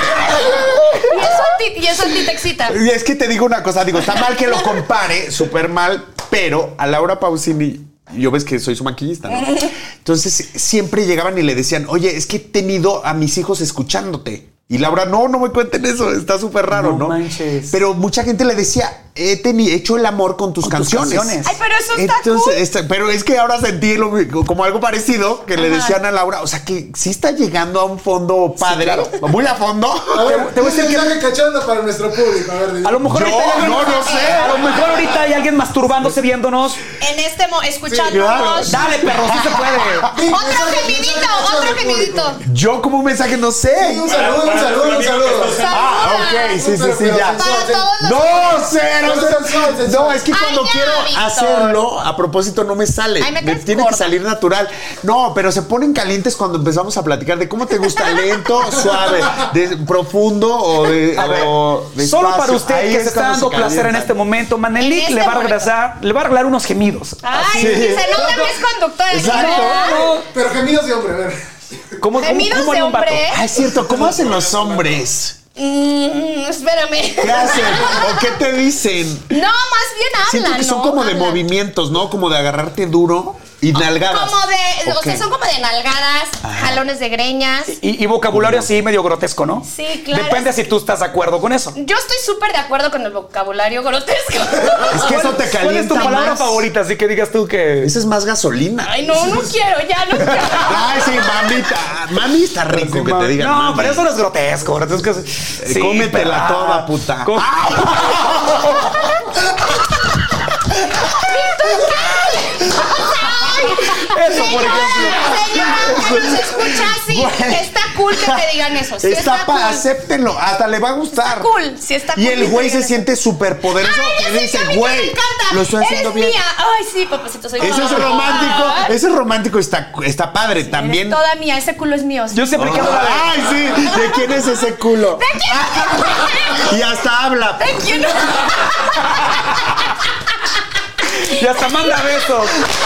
Y eso a ti te excita. Y es que te digo una cosa, digo, está mal que lo compare, súper mal, pero a Laura Pausini, yo ves que soy su maquillista, ¿no? Entonces siempre llegaban y le decían, oye, es que he tenido a mis hijos escuchándote. Y Laura, no me cuenten eso, está súper raro, No ¿no? manches. Pero mucha gente le decía, he hecho el amor con tus Con tus canciones. canciones. Ay, pero eso está Entonces, cool. pero es que ahora sentí como algo parecido que le Ajá. decían a Laura, o sea que sí está llegando a un fondo padre, claro. muy a fondo. A ver, te voy a decir que- mensaje cachando para nuestro público. A ver, A lo mejor Yo, ahorita hay alguien- no sé. A lo mejor ahorita hay alguien masturbándose viéndonos. En este escuchándonos. claro. Dale, perro, sí se puede. Sí, Otro mensaje gemidito, cachando otro al público. gemidito. Yo como un mensaje no sé. Sí, un saludo. Ah, ok, sí, ya. Para todos los. No, cero. Sensual. No, es que Ay, cuando ya, quiero Víctor. hacerlo, a propósito, no me sale. Ay, me caes tiene gorda. que salir natural. No, pero se ponen calientes cuando empezamos a platicar de cómo te gusta, lento, suave, profundo o de, A ver, o solo despacio. para usted Ahí que es se está cuando dando se placer en calientan. este momento, Manelik En le este va a regalar unos gemidos. Ay, Sí. y se nota que es conductor. Exacto. ¿verdad? Pero gemidos de hombre, a ver. ¿Cómo Gemidos haría de un vato? hombre. Ah, es cierto. ¿Cómo hacen los hombres? Espérame. ¿Qué hacen? ¿O qué te dicen? No, más bien Siento hablan, que son ¿no? como de Hablan. movimientos, ¿no? Como de agarrarte duro y nalgadas. Como de, o sea, Ok. son como de nalgadas, jalones de greñas. Y vocabulario así medio grotesco, ¿no? Sí, claro. Depende si tú estás de acuerdo con eso. Yo estoy súper de acuerdo con el vocabulario grotesco. Es que eso te ¿Cuál es calienta tu palabra más. favorita? Así que digas tú que... Esa es más gasolina. Ay, no quiero, ya no quiero. Ay, sí, mamita. Mami está rico que te digan. No, mami. pero eso no es grotesco. Grotesco es... Sí, cómetela pero- toda, puta. Co- Eso, por ejemplo. que nos escucha, sí. Güey. Está cool que te digan eso. Sí Está cool. acéptenlo, hasta le va a gustar. Está cool, sí está cool. Y el que güey te se digan siente súper poderoso Ay, que ya sé dice, que a mí me güey, encanta. lo estoy haciendo Eres bien. mía. Ay, sí, papacito, soy Ese es toda. romántico, Ay, ese romántico está padre eres también. toda mía, ese culo es mío. Yo siempre quiero la de... Ay, sí, ¿de quién es ese culo? ¿De quién? Y hasta habla. ¿De quién? Y hasta manda besos.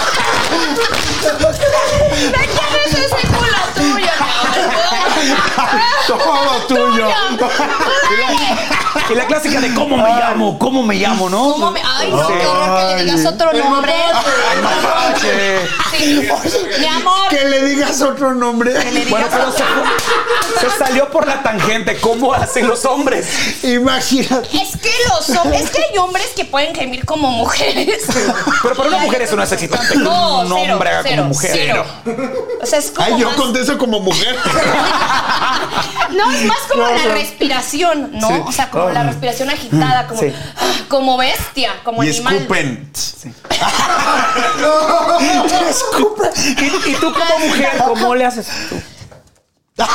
¿De quién es ese culo tuyo, mi amor? Todo tuyo. Y la clásica de cómo me llamo, ¿no? ¿Cómo me- Ay, no, qué horror que le digas otro nombre. Mapache. Sí. Mi amor. Que le digas otro nombre. Que le Bueno, digas pero se salió por la tangente. ¿Cómo hacen los hombres? Imagínate. Es que hay hombres que pueden gemir como mujeres. Pero para una mujer eso no es excitante. No, un hombre haga como mujer. cero. O sea, es como Ay, yo más- contesto como mujer. No, es más como la respiración, ¿no? Sí. O sea, como la respiración agitada, como, Sí. como bestia, como Y animal. escupen. ¿Y tú como mujer, cómo le haces tú? O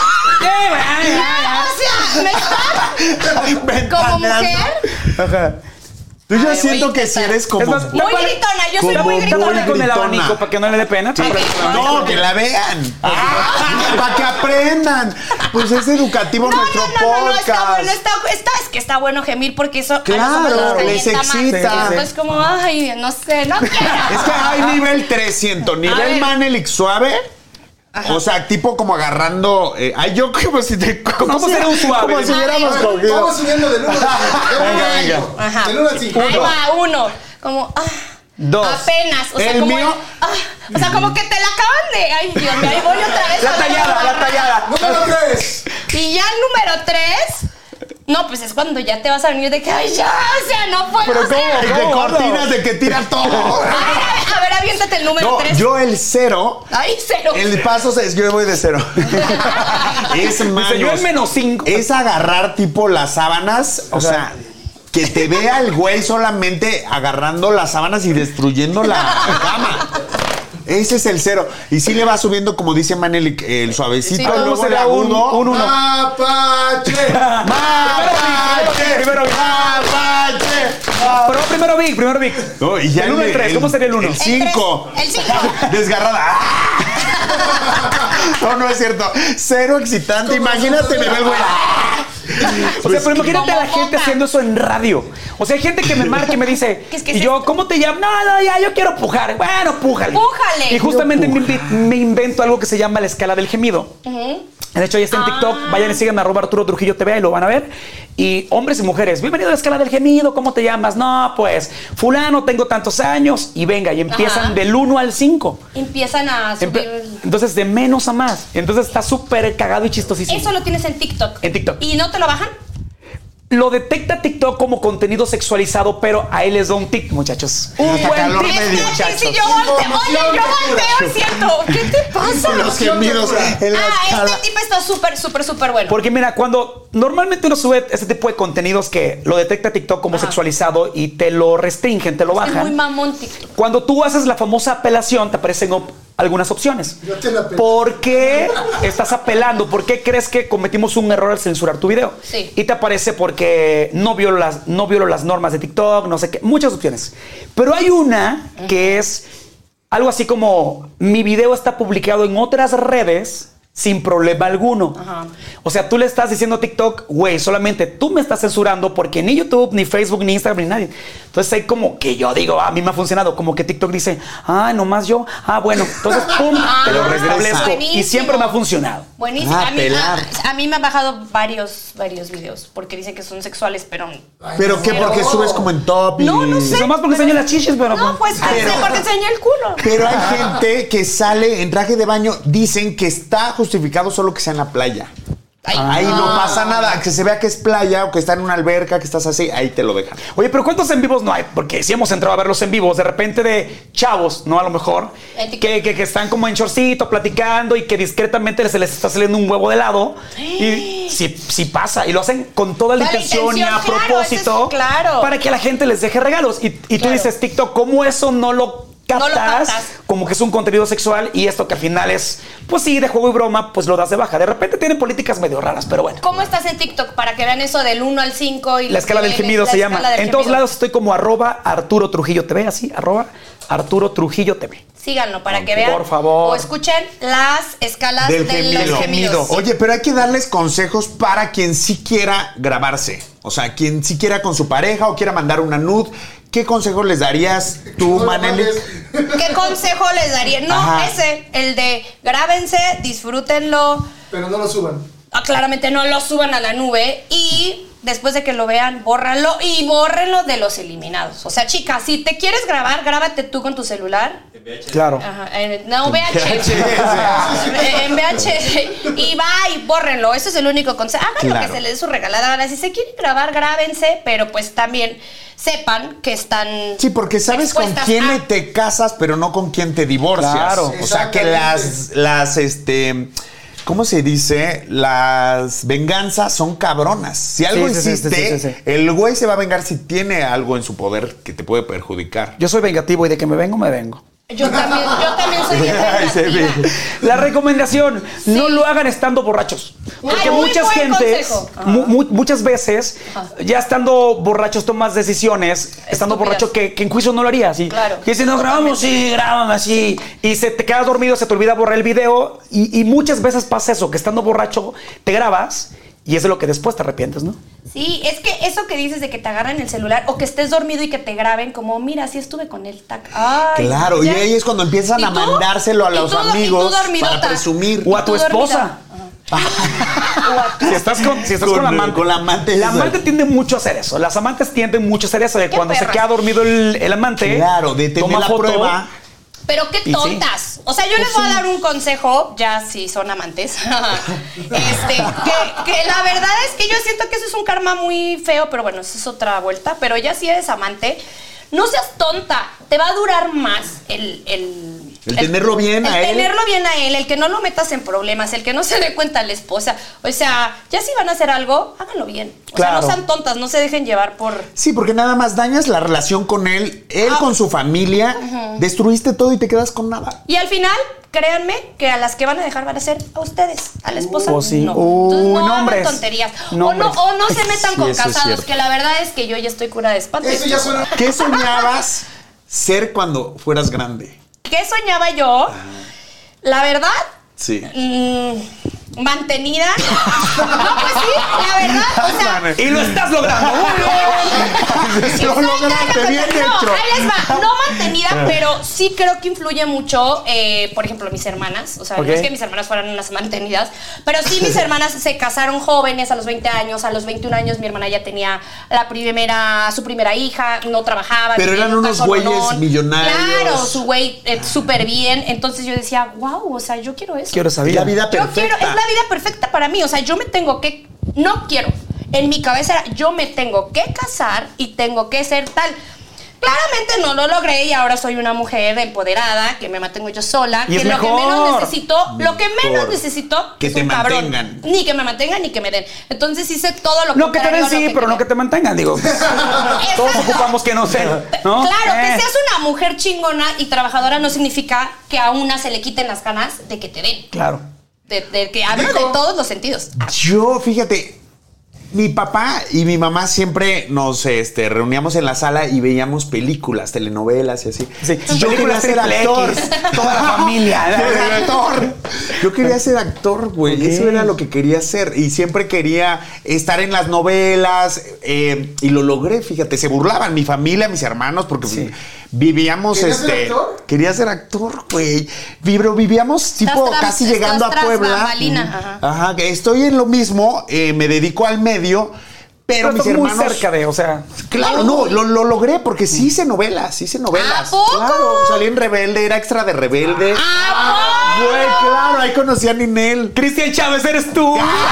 sea, ¿me estás como mujer? Ajá. Yo Ay, voy a siento que si intentar. eres como. Es más, Muy gritona, yo soy Como muy muy gritona. Ponle con el gritona. abanico para que no le dé pena. No, que la vean. Para que aprendan. Pues es educativo nuestro No, está podcast. bueno, es que está bueno gemir porque eso Claro, a los hombres les calienta más. excita. Y después como, ay, no sé, no quiero. Es que hay nivel 300, A nivel ver. Manelik suave. O sea, tipo como agarrando. Ay, yo como si te. ¿Cómo sería un suave? Como si hubiéramos A ver, cogido. vamos subiendo del 1 al 5. Venga. Ajá. Del 1 al 5. Ahí va, uno. Como, Dos. apenas. O sea, El como. mío. O sea, como que te la acaban de. Ay, Dios mío, ahí voy otra vez. La tallada. Número 3. Y ya el número 3. No, pues es cuando ya te vas a venir de que, ay, ya, o sea, no puedo. Pero o sea, ¿cómo? De cortinas de que tira todo. A ver, aviéntate el número No, 3. yo el 0. Ay, 0. El paso es yo voy de 0. Es manos. Dice, yo el -5. Es agarrar tipo las sábanas, o sea, que te vea el güey solamente agarrando las sábanas y destruyendo la cama. Ese es el 0. Y sí le va subiendo, como dice Manelik, el suavecito, Sí, luego ¿cómo el será un agudo. 1? Mapache. ¡Mapache! Primero Vic. ¡Mapache! Pero primero Vic. No, y ya El 1 al 3, ¿cómo sería el 1? El 5. El 5. Desgarrada. No, no es cierto. 0 excitante. Imagínate, me ve el güey. O sea, pero imagínate a la Como gente poca. haciendo eso en radio. O sea, hay gente que me marca y me dice, ¿Qué es que y es yo, esto? ¿cómo te llamas? No, ya, yo quiero pujar. Bueno, pújale. Pújale. Y justamente me invento algo que se llama la escala del gemido. De hecho, ya está en TikTok. Vayan y síganme @Arturo Trujillo TV y lo van a ver. Y hombres y mujeres, bienvenido a la escala del gemido. ¿Cómo te llamas? No, pues, fulano, tengo tantos años. Y venga, y empiezan Ajá. del 1 al 5. Empiezan a subir. Entonces, de menos a más. Entonces, está súper cagado y chistosísimo. Eso lo tienes en TikTok. En TikTok. ¿Y no te lo bajan? Lo detecta TikTok como contenido sexualizado, pero ahí les da un tic, muchachos. Un Hasta buen calor tic, me dio. muchachos. Si yo volteo, oye, yo volteo, siento. ¿Qué te pasa? Los gemidos en la escala. Este tipo está súper bueno. Porque mira, cuando normalmente uno sube este tipo de contenidos que lo detecta TikTok como sexualizado y te lo restringen, te lo Es muy bajan. mamón TikTok. Cuando tú haces la famosa apelación, te aparecen algunas opciones. Yo te la apelo. ¿Por qué estás apelando? ¿Por qué crees que cometimos un error al censurar tu video? Sí. Y te aparece porque no violo las normas de TikTok, no sé qué, muchas opciones. Pero hay una que es algo así como mi video está publicado en otras redes sin problema alguno. Ajá. O sea, tú le estás diciendo a TikTok, güey, solamente tú me estás censurando porque ni YouTube, ni Facebook, ni Instagram, ni nadie. Entonces hay como que yo digo, a mí me ha funcionado, como que TikTok dice, nomás yo, bueno, entonces pum, te lo restablezco. buenísimo. Y siempre me ha funcionado. Buenísimo. Ah, pelar. A mí me han bajado varios videos porque dicen que son sexuales, pero. ¿Pero qué? Porque subes como en top y... No, no sé. Nomás porque enseña las chichis, pero... No, pues Pero- porque enseña el culo. Pero hay gente que sale en traje de baño, dicen que está justificado solo que sea en la playa. Ahí no pasa nada, que se vea que es playa o que está en una alberca, que estás así, ahí te lo dejan. Oye, pero ¿cuántos en vivos no hay? Porque si hemos entrado a ver los en vivos, de repente de chavos, ¿no? A lo mejor, que están como en shortcito, platicando y que discretamente se les está saliendo un huevo de helado. Y sí pasa. Y lo hacen con toda la Toda la intención y a intención, claro, propósito. eso es claro. Para que la gente les deje regalos. Y tú Claro. dices, TikTok, ¿cómo eso no lo No lo captas. como que es un contenido sexual y esto que al final es, pues sí, de juego y broma, pues lo das de baja. De repente tienen políticas medio raras, pero bueno. ¿Cómo estás en TikTok? Para que vean eso del 1 al 5. Y La escala del gemido se llama. En todos lados estoy como @Arturo Trujillo TV, así, @Arturo Trujillo TV. Síganlo para que vean. Por favor. O escuchen las escalas Del de los gemidos. Oye, pero hay que darles consejos para quien sí quiera grabarse. O sea, quien sí quiera con su pareja o quiera mandar una nude. ¿Qué consejos les darías tú, Maneli? ¿Qué consejo les daría? No, Ajá. el de grábense, disfrútenlo. Pero no lo suban. Claramente no lo suban a la nube y después de que lo vean, bórranlo y bórrenlo de los eliminados. O sea, chicas, si te quieres grabar, grábate tú con tu celular. Claro. Ajá, no, VHS. En VHS. Y va y bórrenlo. Eso es el único consejo. Hagan lo que se les dé su regalada gana. Si se quieren grabar, grábense, pero pues también sepan que están. Sí, porque sabes con quién expuestas te casas, pero no con quién te divorcias. Claro. O sea, que ¿cómo se dice? Las venganzas son cabronas. Si algo hiciste, sí. el güey se va a vengar si tiene algo en su poder que te puede perjudicar. Yo soy vengativo y de que me vengo, me vengo. Yo también soy bien Ay, se ve. vengativa. La recomendación, no lo hagan estando borrachos. Porque Ay, muy muchas buen gentes, consejo. muchas veces, ya estando borrachos tomas decisiones, estando Estúpidas. borracho que en juicio no lo harías. Y, Claro. y si no grabamos, sí, grábame así. Y se te quedas dormido, se te olvida borrar el video. Y muchas veces pasa eso, que estando borracho te grabas y es de lo que después te arrepientes, ¿no? Sí, es que eso que dices de que te agarran el celular o que estés dormido y que te graben como, mira, sí estuve con él, tac. Ay, Claro, y ya. ahí es cuando empiezan ¿Y a tú? mandárselo a ¿Y los tú? ¿Y tú amigos dormidota? para presumir. O a tu tú esposa. Si estás con la amante. Con la amante. La amante tiende mucho a hacer eso. Las amantes tienden mucho a hacer eso de Qué cuando perras. se queda dormido el amante. Claro, de tener toma la foto. prueba. Pero qué Y tontas. O sea, yo les voy a dar un consejo, ya si son amantes. que la verdad es que yo siento que eso es un karma muy feo, pero bueno, eso es otra vuelta. Pero ya si eres amante, no seas tonta. Te va a durar más el tenerlo bien a él. El tenerlo bien a él, el que no lo metas en problemas, el que no se dé cuenta a la esposa. O sea, ya si van a hacer algo, háganlo bien. O sea, Claro. no sean tontas, no se dejen llevar por... Sí, porque nada más dañas la relación con él con su familia, destruiste todo y te quedas con nada. Y al final, créanme que a las que van a dejar van a ser a ustedes, a la esposa. Oh, sí. No. Entonces no hagan nombres. tonterías. Nombres. O no se metan Sí, con eso es casados, cierto. que la verdad es que yo ya estoy cura de espanto. Eso ya suena. ¿Qué soñabas ser cuando fueras grande? ¿Qué soñaba yo? La verdad, Sí. mantenida. No, pues sí, la verdad. O sea, Y lo estás logrando. Lo lograste, bien hecho. Ahí les va. No mantenida, pero sí creo que influye mucho, por ejemplo, mis hermanas. O sea, Ok. no es que mis hermanas fueran unas mantenidas, pero sí mis hermanas se casaron jóvenes a los 20 años. A los 21 años mi hermana ya tenía su primera hija, no trabajaba. Pero vivía eran en un unos casononón. güeyes millonarios. Claro, su güey súper bien. Entonces yo decía, wow, o sea, yo quiero eso. Quiero saber. La vida Yo perfecta. quiero, es la vida perfecta para mí. O sea, yo me tengo que. No quiero. En mi cabeza era, yo me tengo que casar y tengo que ser tal. Claramente no lo logré y ahora soy una mujer empoderada, que me mantengo yo sola, Y que es lo que mejor. menos necesito, Que es te un cabrón. mantengan. Ni que me mantengan ni que me den. Entonces hice todo lo No, que te contrario den a lo sí, pero no que te mantengan, digo. Todos ocupamos que no sean, ¿no? Claro, que seas una mujer chingona y trabajadora no significa que a una se le quiten las ganas de que te den. Claro. De que hablo de todos los sentidos. Yo, fíjate, mi papá y mi mamá siempre nos reuníamos en la sala y veíamos películas, telenovelas y así. Sí. Yo quería ser actor. Toda la familia. Ser actor. Yo quería ser actor, güey. Ok. Eso era lo que quería hacer. Y siempre quería estar en las novelas. Y lo logré, fíjate. Se burlaban mi familia, mis hermanos, porque Sí. vivíamos. ¿Querías ser actor? Quería ser actor, güey. Pero vivíamos tipo casi llegando a tras Puebla. bambalina, Ajá, que estoy en lo mismo. Me dedico al medio. Pero mis estás muy hermanos. cerca de, o sea. Claro, no, lo logré porque sí hice novelas, ¿A poco? Claro, salí en Rebelde, era extra de Rebelde. ¡Ah, Güey, claro, ahí conocí a Ninel. Cristian Chávez, eres tú.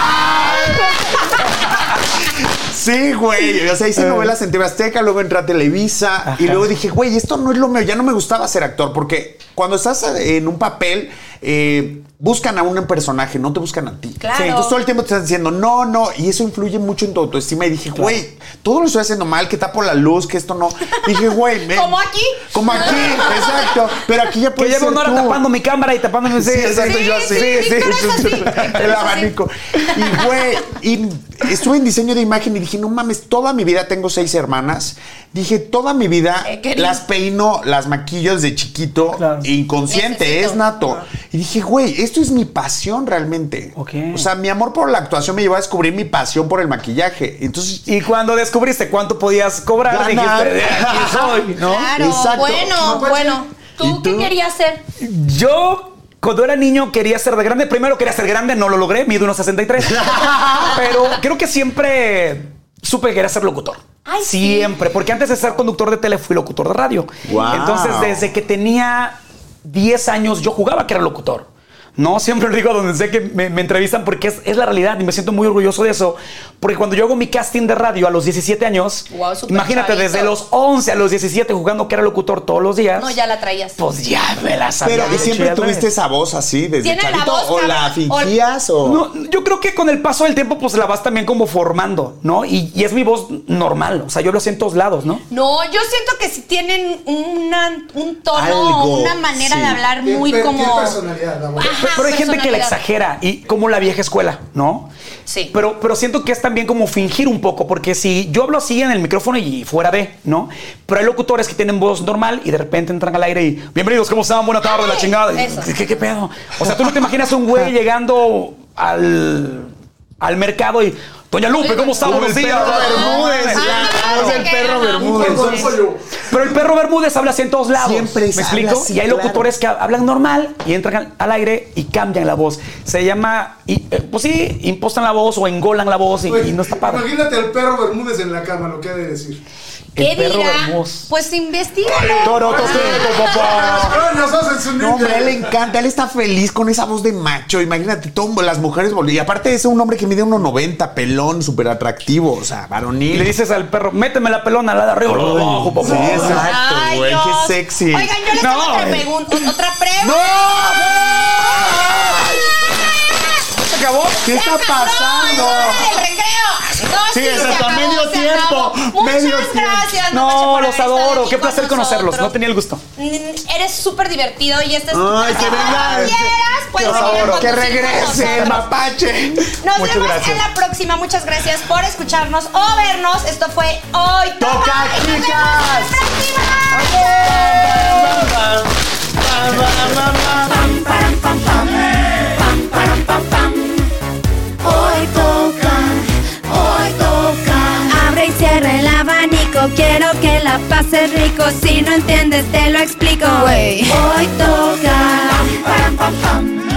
Sí, güey. O sea, hice novelas en TV Azteca, luego entré a Televisa. Ajá. Y luego dije, güey, esto no es lo mío. Ya no me gustaba ser actor porque cuando estás en un papel, buscan a un personaje, no te buscan a ti. Claro. Entonces todo el tiempo te están diciendo, no, y eso influye mucho en tu autoestima. Y dije, güey, todo lo estoy haciendo mal, que tapo la luz, que esto no. Dije, güey, ¿Como aquí? Como aquí, exacto. Pero aquí ya Que puedes llevo ser una hora tú. tapando mi cámara y tapándome. Sí, exacto, yo así. Víctor es así. El abanico. Y, güey, y estuve en diseño de imagen y dije, no mames, toda mi vida tengo 6 hermanas. Dije, toda mi vida las peino, las maquillo desde chiquito, Claro. inconsciente, Necesito. es nato. Y dije, güey, esto es mi pasión realmente. Ok. O sea, mi amor por la actuación me llevó a descubrir mi pasión por el maquillaje. Entonces, Y cuando descubriste cuánto podías cobrar, Ganar. dijiste, de aquí soy, ¿no? Claro, Exacto. bueno. ¿Y ¿Tú qué tú? querías hacer? Yo, cuando era niño, quería ser de grande. Primero quería ser grande, no lo logré, mido 1.63. Pero creo que siempre supe que quería ser locutor. Ay, sí. Siempre, porque antes de ser conductor de tele fui locutor de radio. Wow. Entonces, desde que tenía 10 años, yo jugaba que era locutor. No, siempre lo digo a donde sé que me entrevistan porque es la realidad y me siento muy orgulloso de eso. Porque cuando yo hago mi casting de radio a los 17 años, Wow, súper imagínate, chavito. desde los 11 a los 17 jugando que era locutor todos los días. No, ya la traías. Pues ya me la sabía. pero ¿y de siempre hecho, ya tuviste esa voz así desde ¿Tiene la chavito? voz, ¿O la cabrón? fingías? O... No, yo creo que con el paso del tiempo pues la vas también como formando, ¿no? Y es mi voz normal, o sea, yo lo sé en todos lados, ¿no? No, yo siento que si tienen un tono, Algo, una manera sí. de hablar Tiene muy como... personalidad, la abuela. Ajá, Pero hay gente que la personalidad. exagera y como la vieja escuela, ¿no? Sí. Pero siento que es también como fingir un poco, porque si yo hablo así en el micrófono y fuera de, ¿no? Pero hay locutores que tienen voz normal y de repente entran al aire y bienvenidos, ¿cómo están? Buena tarde, Ay, la chingada. Y, eso. ¿Qué pedo? O sea, tú no te imaginas un güey llegando al mercado y Doña Lupe, ¿cómo está? Como Buenos el días. perro Bermúdez, la voz del ok, perro ajá. Bermúdez. Pero el perro Bermúdez habla así en todos lados. Siempre ¿Me habla explico? así, Y hay claro. locutores que hablan normal y entran al aire y cambian la voz. Se llama, pues sí, impostan la voz o engolan la voz y no está padre. Imagínate al perro Bermúdez en la cama, lo que ha de decir. ¿Qué El perro dirá? Bermúdez. Pues investigalo. Papá. Nos hacen su No, hombre, a él le encanta, él está feliz con esa voz de macho. Imagínate, las mujeres y aparte es un hombre que mide 1.90, pelón, súper atractivo, o sea, Y varonil. le dices al perro, méteme la pelona, la de arriba o la de abajo, papá. Sí, exacto, Ay, güey, Dios. qué sexy. Oigan, yo les No, tengo otra eh. pregunta. Otra pregunta. ¿Se acabó? ¿Qué está pasando? ¡El recreo! No, Sí, se exacto, acabó, medio se tiempo, acabó. medio Muchas tiempo. gracias. No, Mapache, por los haber estado adoro. aquí Qué con placer conocerlos. nosotros. No tenía el gusto. Eres súper divertido y esta es tu Ay, casa. que venga. Cuando quieras, puedes Los venir a adoro. Que conducir con regrese el nosotros. mapache. Nos Muchas vemos gracias. en la próxima. Muchas gracias por escucharnos o vernos. Esto fue Hoy Toca. Toca, Y nos vemos chicas. en la próxima. Hoy toca. Abre y cierra el abanico. Quiero que la pases rico. Si no entiendes, te lo explico. Hoy toca.